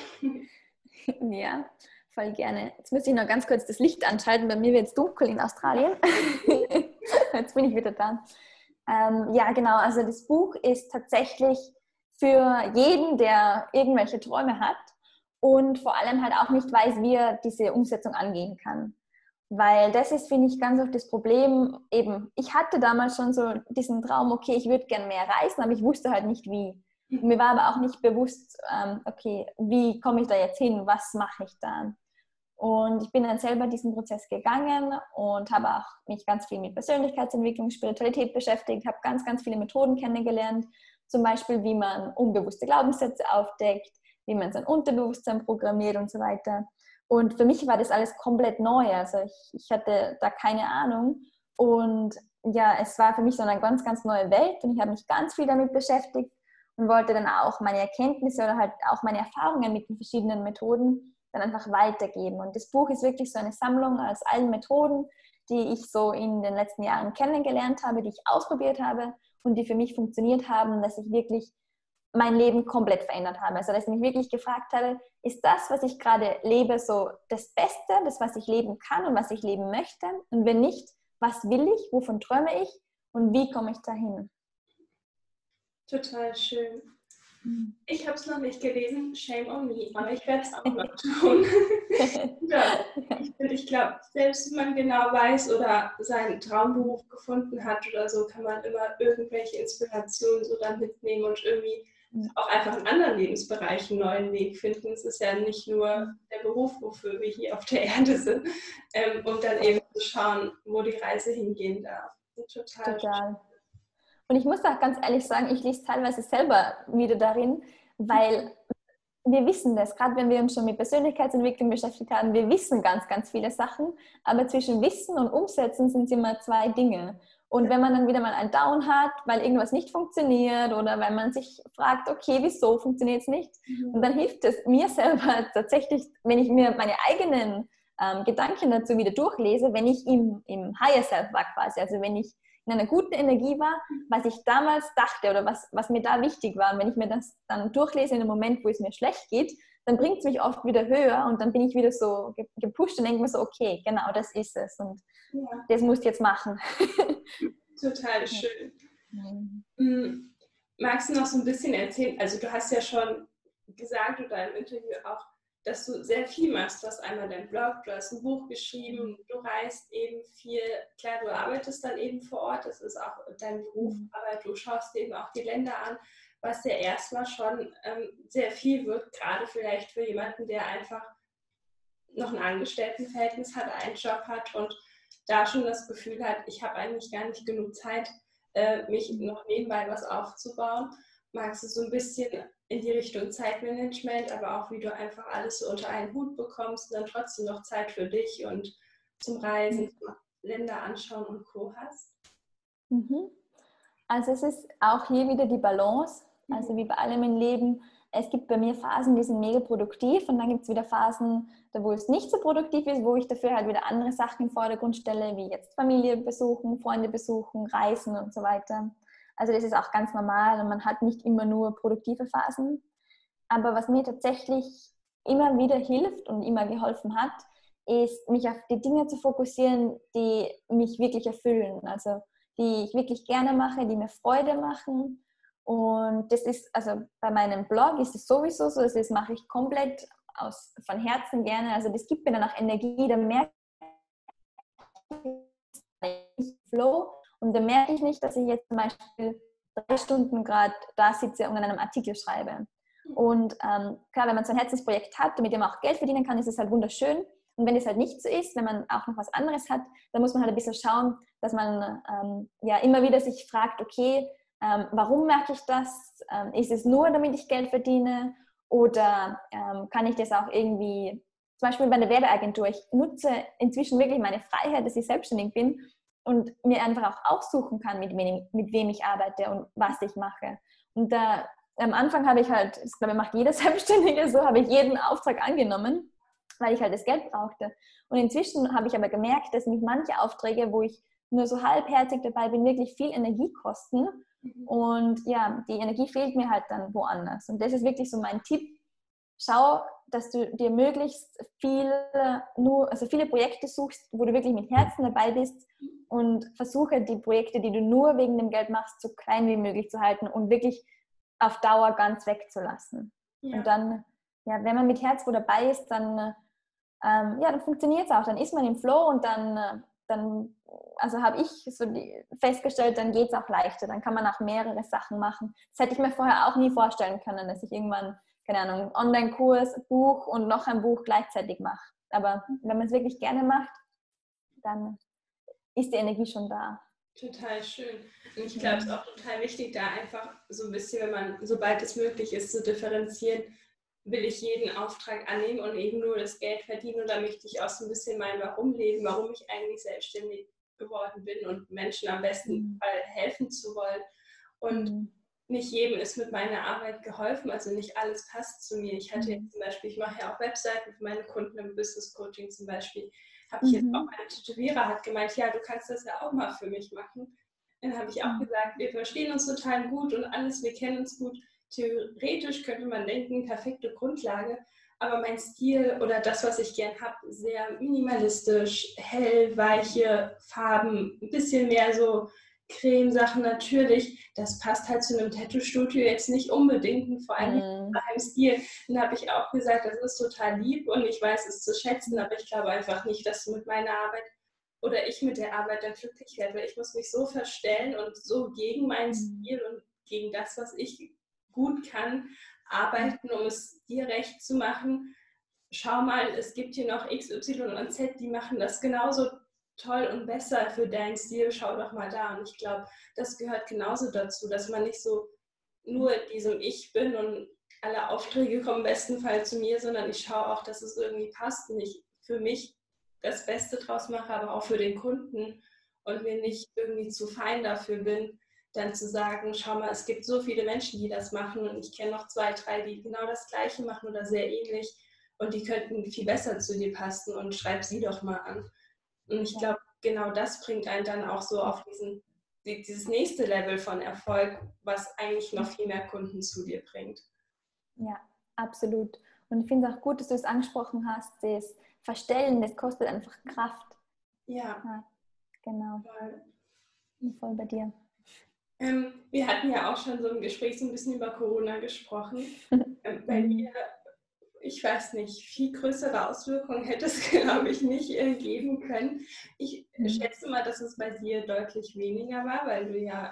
Ja, voll gerne. Jetzt müsste ich noch ganz kurz das Licht anschalten, bei mir wird es dunkel in Australien. Jetzt bin ich wieder da. Ja, genau. Also das Buch ist tatsächlich für jeden, der irgendwelche Träume hat und vor allem halt auch nicht weiß, wie er diese Umsetzung angehen kann. Weil das ist, finde ich, ganz oft das Problem. Eben, ich hatte damals schon so diesen Traum, okay, ich würde gerne mehr reisen, aber ich wusste halt nicht wie. Und mir war aber auch nicht bewusst, okay, wie komme ich da jetzt hin, was mache ich da? Und ich bin dann selber diesen Prozess gegangen und habe auch mich ganz viel mit Persönlichkeitsentwicklung, Spiritualität beschäftigt, habe ganz, ganz viele Methoden kennengelernt, zum Beispiel, wie man unbewusste Glaubenssätze aufdeckt, wie man sein Unterbewusstsein programmiert und so weiter. Und für mich war das alles komplett neu, also ich hatte da keine Ahnung und ja, es war für mich so eine ganz, ganz neue Welt und ich habe mich ganz viel damit beschäftigt und wollte dann auch meine Erkenntnisse oder halt auch meine Erfahrungen mit den verschiedenen Methoden dann einfach weitergeben. Und das Buch ist wirklich so eine Sammlung aus allen Methoden, die ich so in den letzten Jahren kennengelernt habe, die ich ausprobiert habe und die für mich funktioniert haben, dass ich wirklich mein Leben komplett verändert habe. Also dass ich mich wirklich gefragt habe, ist das, was ich gerade lebe, so das Beste, das, was ich leben kann und was ich leben möchte? Und wenn nicht, was will ich, wovon träume ich und wie komme ich dahin? Total schön. Ich habe es noch nicht gelesen, shame on me, aber ich werde es auch noch tun. Ja, ich glaube, selbst wenn man genau weiß oder seinen Traumberuf gefunden hat oder so, kann man immer irgendwelche Inspirationen so dann mitnehmen und irgendwie auch einfach in anderen Lebensbereichen einen neuen Weg finden. Es ist ja nicht nur der Beruf, wofür wir hier auf der Erde sind, um dann eben zu schauen, wo die Reise hingehen darf. Total. Und ich muss auch ganz ehrlich sagen, ich lese teilweise selber wieder darin, weil wir wissen das, gerade wenn wir uns schon mit Persönlichkeitsentwicklung beschäftigt haben, wir wissen ganz, ganz viele Sachen, aber zwischen Wissen und Umsetzen sind es immer zwei Dinge. Und wenn man dann wieder mal einen Down hat, weil irgendwas nicht funktioniert oder weil man sich fragt, okay, wieso funktioniert es nicht? Und dann hilft es mir selber tatsächlich, wenn ich mir meine eigenen Gedanken dazu wieder durchlese, wenn ich im Higher Self war quasi, also wenn ich in einer guten Energie war, was ich damals dachte oder was mir da wichtig war. Und wenn ich mir das dann durchlese in einem Moment, wo es mir schlecht geht, dann bringt es mich oft wieder höher und dann bin ich wieder so gepusht und denke mir so, okay, genau, das ist es und das musst du jetzt machen. Total schön. Magst du noch so ein bisschen erzählen, also du hast ja schon gesagt oder im Interview auch, dass du sehr viel machst. Du hast einmal deinen Blog, du hast ein Buch geschrieben, du reist eben viel. Klar, du arbeitest dann eben vor Ort, das ist auch dein Beruf, aber du schaust dir eben auch die Länder an, was ja erstmal schon sehr viel wird, gerade vielleicht für jemanden, der einfach noch ein Angestelltenverhältnis hat, einen Job hat und da schon das Gefühl hat, ich habe eigentlich gar nicht genug Zeit, mich noch nebenbei was aufzubauen. Magst du so ein bisschen in die Richtung Zeitmanagement, aber auch wie du einfach alles so unter einen Hut bekommst und dann trotzdem noch Zeit für dich und zum Reisen, Länder anschauen und Co. hast? Also es ist auch hier wieder die Balance, also wie bei allem im Leben. Es gibt bei mir Phasen, die sind mega produktiv und dann gibt es wieder Phasen, da wo es nicht so produktiv ist, wo ich dafür halt wieder andere Sachen im Vordergrund stelle, wie jetzt Familie besuchen, Freunde besuchen, Reisen und so weiter. Also das ist auch ganz normal und man hat nicht immer nur produktive Phasen. Aber was mir tatsächlich immer wieder hilft und immer geholfen hat, ist, mich auf die Dinge zu fokussieren, die mich wirklich erfüllen. Also die ich wirklich gerne mache, die mir Freude machen. Und das ist, also bei meinem Blog ist es sowieso so, das mache ich komplett von Herzen gerne. Also das gibt mir dann auch Energie, da merke ich Flow und da merke ich nicht, dass ich jetzt zum Beispiel 3 Stunden gerade da sitze und an einem Artikel schreibe. Und klar, wenn man so ein Herzensprojekt hat und mit dem man auch Geld verdienen kann, ist es halt wunderschön. Und wenn es halt nicht so ist, wenn man auch noch was anderes hat, dann muss man halt ein bisschen schauen, dass man ja immer wieder sich fragt, okay, warum merke ich das? Ist es nur, damit ich Geld verdiene? Oder kann ich das auch irgendwie, zum Beispiel bei der Werbeagentur, ich nutze inzwischen wirklich meine Freiheit, dass ich selbstständig bin und mir einfach auch aussuchen kann, mit wem ich arbeite und was ich mache. Und da am Anfang habe ich halt, ich glaube, macht jeder Selbstständige so, habe ich jeden Auftrag angenommen, weil ich halt das Geld brauchte. Und inzwischen habe ich aber gemerkt, dass mich manche Aufträge, wo ich nur so halbherzig dabei bin, wirklich viel Energie kosten. Und ja, die Energie fehlt mir halt dann woanders. Und das ist wirklich so mein Tipp. Schau, dass du dir möglichst viele Projekte suchst, wo du wirklich mit Herzen dabei bist und versuche die Projekte, die du nur wegen dem Geld machst, so klein wie möglich zu halten und wirklich auf Dauer ganz wegzulassen. Ja. Und dann, ja, wenn man mit Herz wo dabei ist, dann funktioniert es auch. Dann ist man im Flow und dann also habe ich so festgestellt, dann geht es auch leichter. Dann kann man auch mehrere Sachen machen. Das hätte ich mir vorher auch nie vorstellen können, dass ich irgendwann, keine Ahnung, einen Online-Kurs, Buch und noch ein Buch gleichzeitig mache. Aber wenn man es wirklich gerne macht, dann ist die Energie schon da. Total schön. Und ich glaube, es ist auch total wichtig, da einfach so ein bisschen, wenn man, sobald es möglich ist, zu differenzieren, will ich jeden Auftrag annehmen und eben nur das Geld verdienen, oder möchte ich auch so ein bisschen mein Warum leben, warum ich eigentlich selbstständig geworden bin und Menschen am besten Fall helfen zu wollen. Und nicht jedem ist mit meiner Arbeit geholfen, also nicht alles passt zu mir. Ich hatte jetzt zum Beispiel, ich mache ja auch Webseiten für meine Kunden im Business Coaching zum Beispiel, habe ich jetzt auch, meine Tätowierer hat gemeint, ja, du kannst das ja auch mal für mich machen. Dann habe ich auch gesagt, wir verstehen uns total gut und alles, wir kennen uns gut. Theoretisch könnte man denken, perfekte Grundlage, aber mein Stil oder das, was ich gern habe, sehr minimalistisch, hell, weiche Farben, ein bisschen mehr so Cremesachen natürlich, das passt halt zu einem Tattoo-Studio jetzt nicht unbedingt, und vor allem nicht in meinem Stil. Dann habe ich auch gesagt, das ist total lieb und ich weiß es zu schätzen, aber ich glaube einfach nicht, dass du mit meiner Arbeit oder ich mit der Arbeit dann glücklich werde, weil ich muss mich so verstellen und so gegen meinen Stil und gegen das, was ich gut kann, arbeiten, um es dir recht zu machen. Schau mal, es gibt hier noch X, Y und Z, die machen das genauso toll und besser für deinen Stil. Schau doch mal da. Und ich glaube, das gehört genauso dazu, dass man nicht so nur diesem Ich bin und alle Aufträge kommen im besten Fall zu mir, sondern ich schaue auch, dass es irgendwie passt und ich für mich das Beste draus mache, aber auch für den Kunden und mir nicht irgendwie zu fein dafür bin, dann zu sagen, schau mal, es gibt so viele Menschen, die das machen und ich kenne noch 2, 3, die genau das Gleiche machen oder sehr ähnlich und die könnten viel besser zu dir passen und schreib sie doch mal an. Und ich glaube, genau das bringt einen dann auch so auf dieses nächste Level von Erfolg, was eigentlich noch viel mehr Kunden zu dir bringt. Ja, absolut. Und ich finde es auch gut, dass du es angesprochen hast, das Verstellen, das kostet einfach Kraft. Ja. Genau. Voll bei dir. Wir hatten ja auch schon so im Gespräch so ein bisschen über Corona gesprochen. Bei mir, ich weiß nicht, viel größere Auswirkungen hätte es, glaube ich, nicht geben können. Ich schätze mal, dass es bei dir deutlich weniger war, weil du ja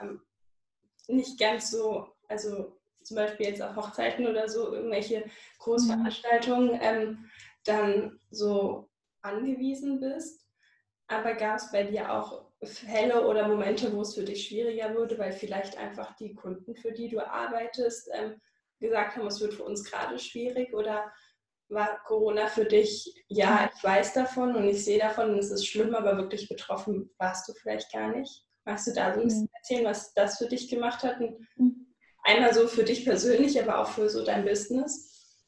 nicht ganz so, also zum Beispiel jetzt auf Hochzeiten oder so, irgendwelche Großveranstaltungen dann so angewiesen bist. Aber gab es bei dir auch Fälle oder Momente, wo es für dich schwieriger wurde, weil vielleicht einfach die Kunden, für die du arbeitest, gesagt haben, es wird für uns gerade schwierig? Oder war Corona für dich, ja, ich weiß davon und ich sehe davon und es ist schlimm, aber wirklich betroffen warst du vielleicht gar nicht? Magst du da so ein bisschen erzählen, was das für dich gemacht hat? Und einmal so für dich persönlich, aber auch für so dein Business?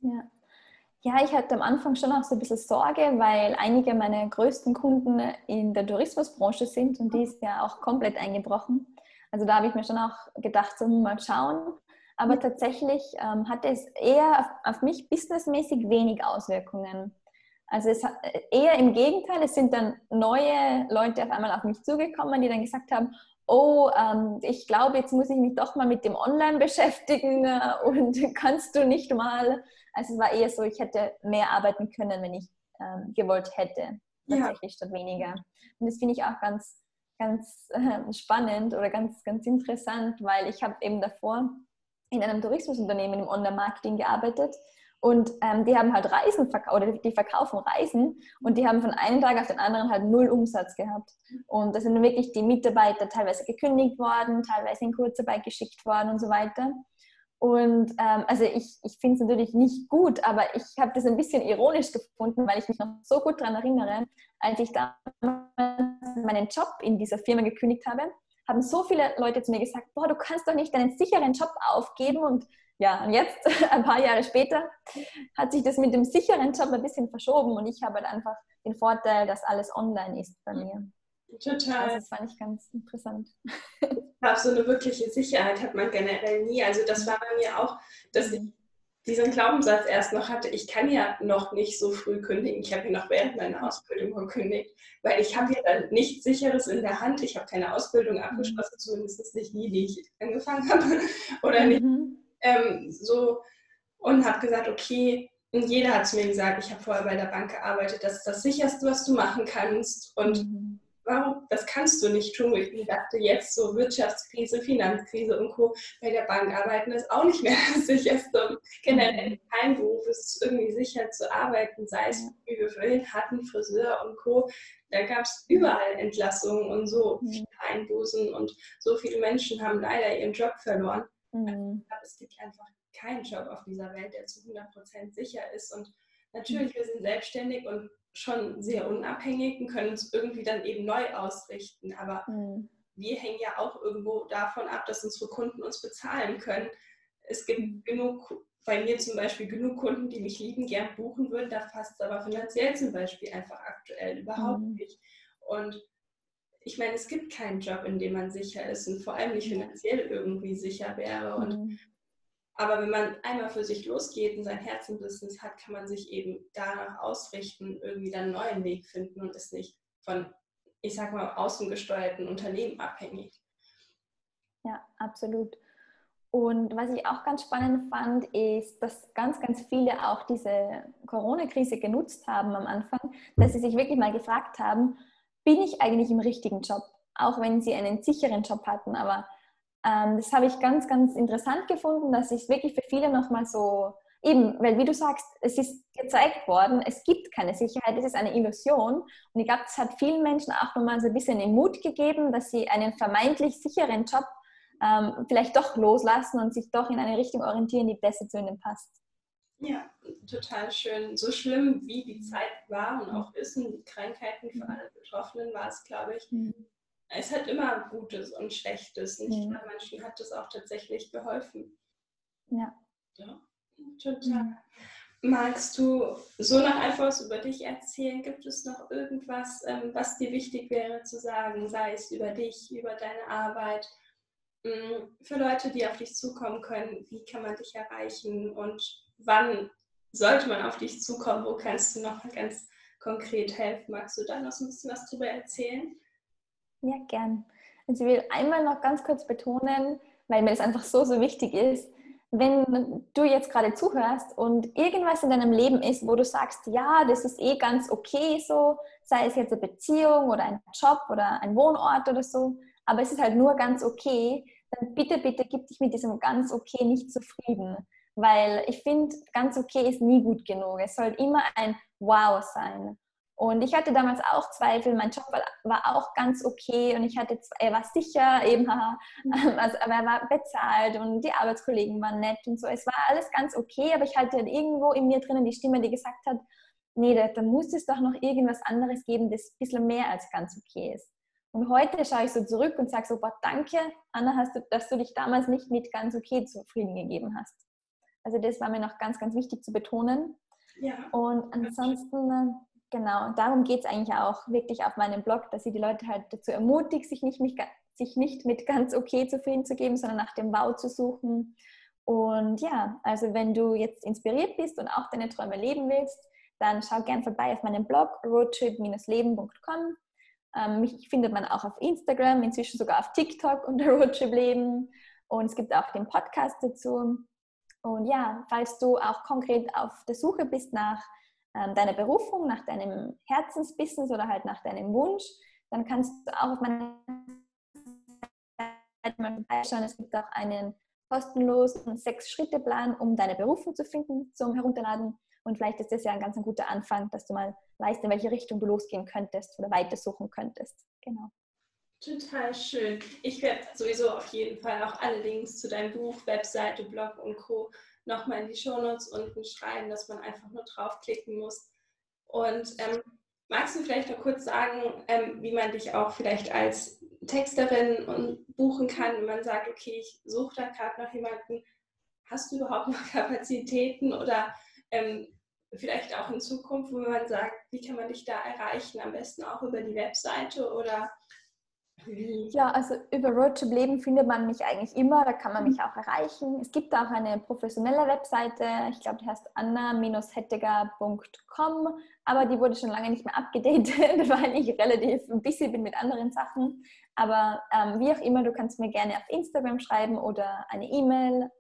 Ja, ich hatte am Anfang schon auch so ein bisschen Sorge, weil einige meiner größten Kunden in der Tourismusbranche sind und die ist ja auch komplett eingebrochen. Also da habe ich mir schon auch gedacht, so mal schauen. Aber tatsächlich hatte es eher auf mich businessmäßig wenig Auswirkungen. Also es hat eher im Gegenteil, es sind dann neue Leute auf einmal auf mich zugekommen, die dann gesagt haben, oh, ich glaube, jetzt muss ich mich doch mal mit dem Online beschäftigen und kannst du nicht mal... Also es war eher so, ich hätte mehr arbeiten können, wenn ich gewollt hätte, tatsächlich statt weniger. Und das finde ich auch ganz, ganz spannend oder ganz, ganz interessant, weil ich habe eben davor in einem Tourismusunternehmen im Online-Marketing gearbeitet und die haben halt Reisen verkauft oder die verkaufen Reisen und die haben von einem Tag auf den anderen halt 0 Umsatz gehabt. Und da sind wirklich die Mitarbeiter teilweise gekündigt worden, teilweise in Kurzarbeit geschickt worden und so weiter. Und also ich finde es natürlich nicht gut, aber ich habe das ein bisschen ironisch gefunden, weil ich mich noch so gut daran erinnere, als ich damals meinen Job in dieser Firma gekündigt habe, haben so viele Leute zu mir gesagt, boah, du kannst doch nicht deinen sicheren Job aufgeben. Und ja, und jetzt, ein paar Jahre später, hat sich das mit dem sicheren Job ein bisschen verschoben und ich habe halt einfach den Vorteil, dass alles online ist bei mir. Total. Also das fand ich ganz interessant. Ich glaube, so eine wirkliche Sicherheit hat man generell nie. Also das war bei mir auch, dass ich diesen Glaubenssatz erst noch hatte, ich kann ja noch nicht so früh kündigen. Ich habe ja noch während meiner Ausbildung gekündigt, weil ich habe ja dann nichts Sicheres in der Hand. Ich habe keine Ausbildung abgeschlossen, zumindest nicht die, die ich angefangen habe. Oder nicht so. Und habe gesagt, okay, und jeder hat zu mir gesagt, ich habe vorher bei der Bank gearbeitet, das ist das Sicherste, was du machen kannst. Und warum, das kannst du nicht tun. Ich dachte jetzt so Wirtschaftskrise, Finanzkrise und Co. Bei der Bank arbeiten ist auch nicht mehr das Sicherste. Und generell in keinem Beruf ist es irgendwie sicher zu arbeiten, sei es, wie wir vorhin hatten, Friseur und Co. Da gab es überall Entlassungen und so viele Einbußen und so viele Menschen haben leider ihren Job verloren. Aber es gibt einfach keinen Job auf dieser Welt, der zu 100% sicher ist. Und natürlich, wir sind selbstständig und schon sehr unabhängig und können uns irgendwie dann eben neu ausrichten. Aber wir hängen ja auch irgendwo davon ab, dass unsere Kunden uns bezahlen können. Es gibt genug, bei mir zum Beispiel, genug Kunden, die mich lieben, gern buchen würden. Da passt es aber finanziell zum Beispiel einfach aktuell überhaupt nicht. Und ich meine, es gibt keinen Job, in dem man sicher ist und vor allem nicht finanziell irgendwie sicher wäre. Und aber wenn man einmal für sich losgeht und sein Herzensbusiness hat, kann man sich eben danach ausrichten, irgendwie dann einen neuen Weg finden und ist nicht von, ich sag mal, außen gesteuerten Unternehmen abhängig. Ja, absolut. Und was ich auch ganz spannend fand, ist, dass ganz, ganz viele auch diese Corona-Krise genutzt haben am Anfang, dass sie sich wirklich mal gefragt haben, bin ich eigentlich im richtigen Job? Auch wenn sie einen sicheren Job hatten, aber das habe ich ganz, ganz interessant gefunden, dass es wirklich für viele nochmal so, eben, weil wie du sagst, es ist gezeigt worden, es gibt keine Sicherheit, es ist eine Illusion. Und ich glaube, das hat vielen Menschen auch nochmal so ein bisschen den Mut gegeben, dass sie einen vermeintlich sicheren Job vielleicht doch loslassen und sich doch in eine Richtung orientieren, die besser zu ihnen passt. Ja, total schön. So schlimm, wie die Zeit war und auch ist und die Krankheiten für alle Betroffenen war es, glaube ich. Es hat immer Gutes und Schlechtes. Und ich glaube, manchen hat es auch tatsächlich geholfen. Ja. Ja, total. Magst du so noch einfach was über dich erzählen? Gibt es noch irgendwas, was dir wichtig wäre zu sagen, sei es über dich, über deine Arbeit, für Leute, die auf dich zukommen können? Wie kann man dich erreichen und wann sollte man auf dich zukommen? Wo kannst du noch ganz konkret helfen? Magst du da noch so ein bisschen was drüber erzählen? Ja, gern. Also ich will einmal noch ganz kurz betonen, weil mir das einfach so, so wichtig ist, wenn du jetzt gerade zuhörst und irgendwas in deinem Leben ist, wo du sagst, ja, das ist eh ganz okay so, sei es jetzt eine Beziehung oder ein Job oder ein Wohnort oder so, aber es ist halt nur ganz okay, dann bitte, bitte gib dich mit diesem ganz okay nicht zufrieden, weil ich finde, ganz okay ist nie gut genug. Es soll immer ein Wow sein. Und ich hatte damals auch Zweifel, mein Job war auch ganz okay und er war sicher, eben, also, aber er war bezahlt und die Arbeitskollegen waren nett und so. Es war alles ganz okay, aber ich hatte halt irgendwo in mir drinnen die Stimme, die gesagt hat, nee, da muss es doch noch irgendwas anderes geben, das ein bisschen mehr als ganz okay ist. Und heute schaue ich so zurück und sage so, boah, danke, Anna, dass du dich damals nicht mit ganz okay zufrieden gegeben hast. Also das war mir noch ganz, ganz wichtig zu betonen. Ja. Und ansonsten... Genau, und darum geht es eigentlich auch wirklich auf meinem Blog, dass ich die Leute halt dazu ermutige, sich nicht mit ganz okay zufrieden zu geben, sondern nach dem Wow zu suchen. Und ja, also wenn du jetzt inspiriert bist und auch deine Träume leben willst, dann schau gern vorbei auf meinem Blog roadtrip-leben.com. Mich findet man auch auf Instagram, inzwischen sogar auf TikTok unter Roadtrip-Leben. Und es gibt auch den Podcast dazu. Und ja, falls du auch konkret auf der Suche bist nach deiner Berufung, nach deinem Herzensbusiness oder halt nach deinem Wunsch, dann kannst du auch auf meiner Seite mal vorbeischauen. Es gibt auch einen kostenlosen 6-Schritte-Plan, um deine Berufung zu finden, zum Herunterladen. Und vielleicht ist das ja ein ganz guter Anfang, dass du mal weißt, in welche Richtung du losgehen könntest oder weitersuchen könntest. Genau. Total schön. Ich werde sowieso auf jeden Fall auch alle Links zu deinem Buch, Webseite, Blog und Co. nochmal in die Shownotes unten schreiben, dass man einfach nur draufklicken muss. Und magst du vielleicht noch kurz sagen, wie man dich auch vielleicht als Texterin buchen kann, wenn man sagt, okay, ich suche da gerade noch jemanden. Hast du überhaupt noch Kapazitäten oder vielleicht auch in Zukunft, wo man sagt, wie kann man dich da erreichen? Am besten auch über die Webseite oder Ja, also über Roadtrip Leben findet man mich eigentlich immer, da kann man mich auch erreichen. Es gibt auch eine professionelle Webseite, ich glaube, die heißt anna-hettiger.com, aber die wurde schon lange nicht mehr abgedatet, weil ich relativ busy bin mit anderen Sachen. Aber wie auch immer, du kannst mir gerne auf Instagram schreiben oder eine E-Mail,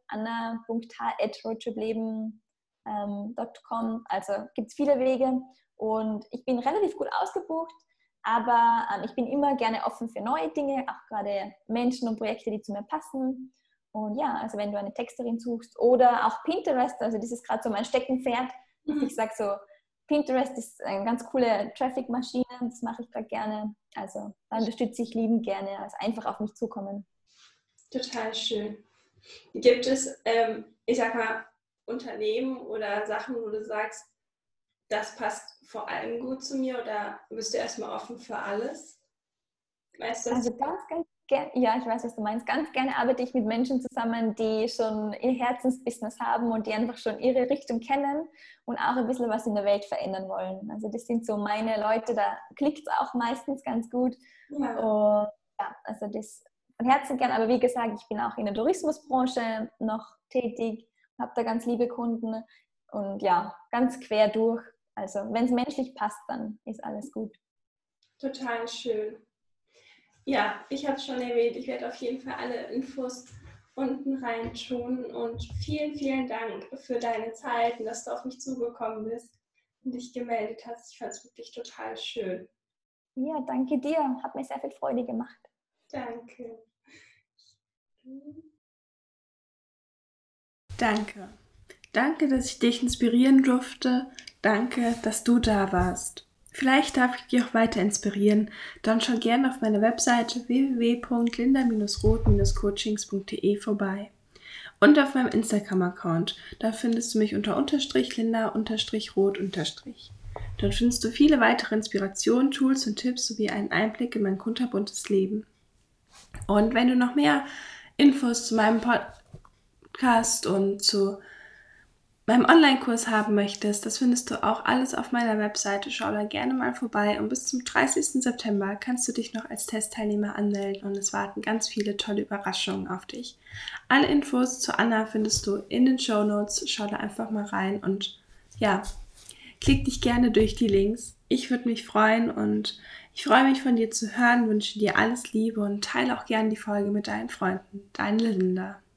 anna.h@roadtripleben.com. Also gibt es viele Wege und ich bin relativ gut ausgebucht. Aber ich bin immer gerne offen für neue Dinge, auch gerade Menschen und Projekte, die zu mir passen. Und ja, also wenn du eine Texterin suchst oder auch Pinterest, also das ist gerade so mein Steckenpferd. Ich sage so, Pinterest ist eine ganz coole Traffic-Maschine, das mache ich gerade gerne. Also da unterstütze ich liebend gerne, also einfach auf mich zukommen. Total schön. Gibt es, ich sag mal, Unternehmen oder Sachen, wo du sagst, das passt vor allem gut zu mir oder bist du erstmal offen für alles? Weißt du das? Also ganz gerne, ja, ich weiß, was du meinst. Ganz gerne arbeite ich mit Menschen zusammen, die schon ihr Herzensbusiness haben und die einfach schon ihre Richtung kennen und auch ein bisschen was in der Welt verändern wollen. Also das sind so meine Leute, da klickt es auch meistens ganz gut. Ja. Und ja, also das von Herzen gern. Aber wie gesagt, ich bin auch in der Tourismusbranche noch tätig, habe da ganz liebe Kunden und ja, ganz quer durch. Also wenn es menschlich passt, dann ist alles gut. Total schön. Ja, ich habe es schon erwähnt, ich werde auf jeden Fall alle Infos unten rein tun und vielen, vielen Dank für deine Zeit und dass du auf mich zugekommen bist und dich gemeldet hast. Ich fand es wirklich total schön. Ja, danke dir. Hat mir sehr viel Freude gemacht. Danke. Danke. Danke, dass ich dich inspirieren durfte. Danke, dass du da warst. Vielleicht darf ich dich auch weiter inspirieren. Dann schau gerne auf meine Webseite www.linda-roth-coachings.de vorbei. Und auf meinem Instagram-Account. Da findest du mich unter _linda_roth_. Dort findest du viele weitere Inspirationen, Tools und Tipps sowie einen Einblick in mein kunterbuntes Leben. Und wenn du noch mehr Infos zu meinem Podcast und zu meinem Online-Kurs haben möchtest, das findest du auch alles auf meiner Webseite. Schau da gerne mal vorbei und bis zum 30. September kannst du dich noch als Testteilnehmer anmelden und es warten ganz viele tolle Überraschungen auf dich. Alle Infos zu Anna findest du in den Shownotes. Schau da einfach mal rein und ja, klick dich gerne durch die Links. Ich würde mich freuen und ich freue mich von dir zu hören, wünsche dir alles Liebe und teile auch gerne die Folge mit deinen Freunden. Deine Linda.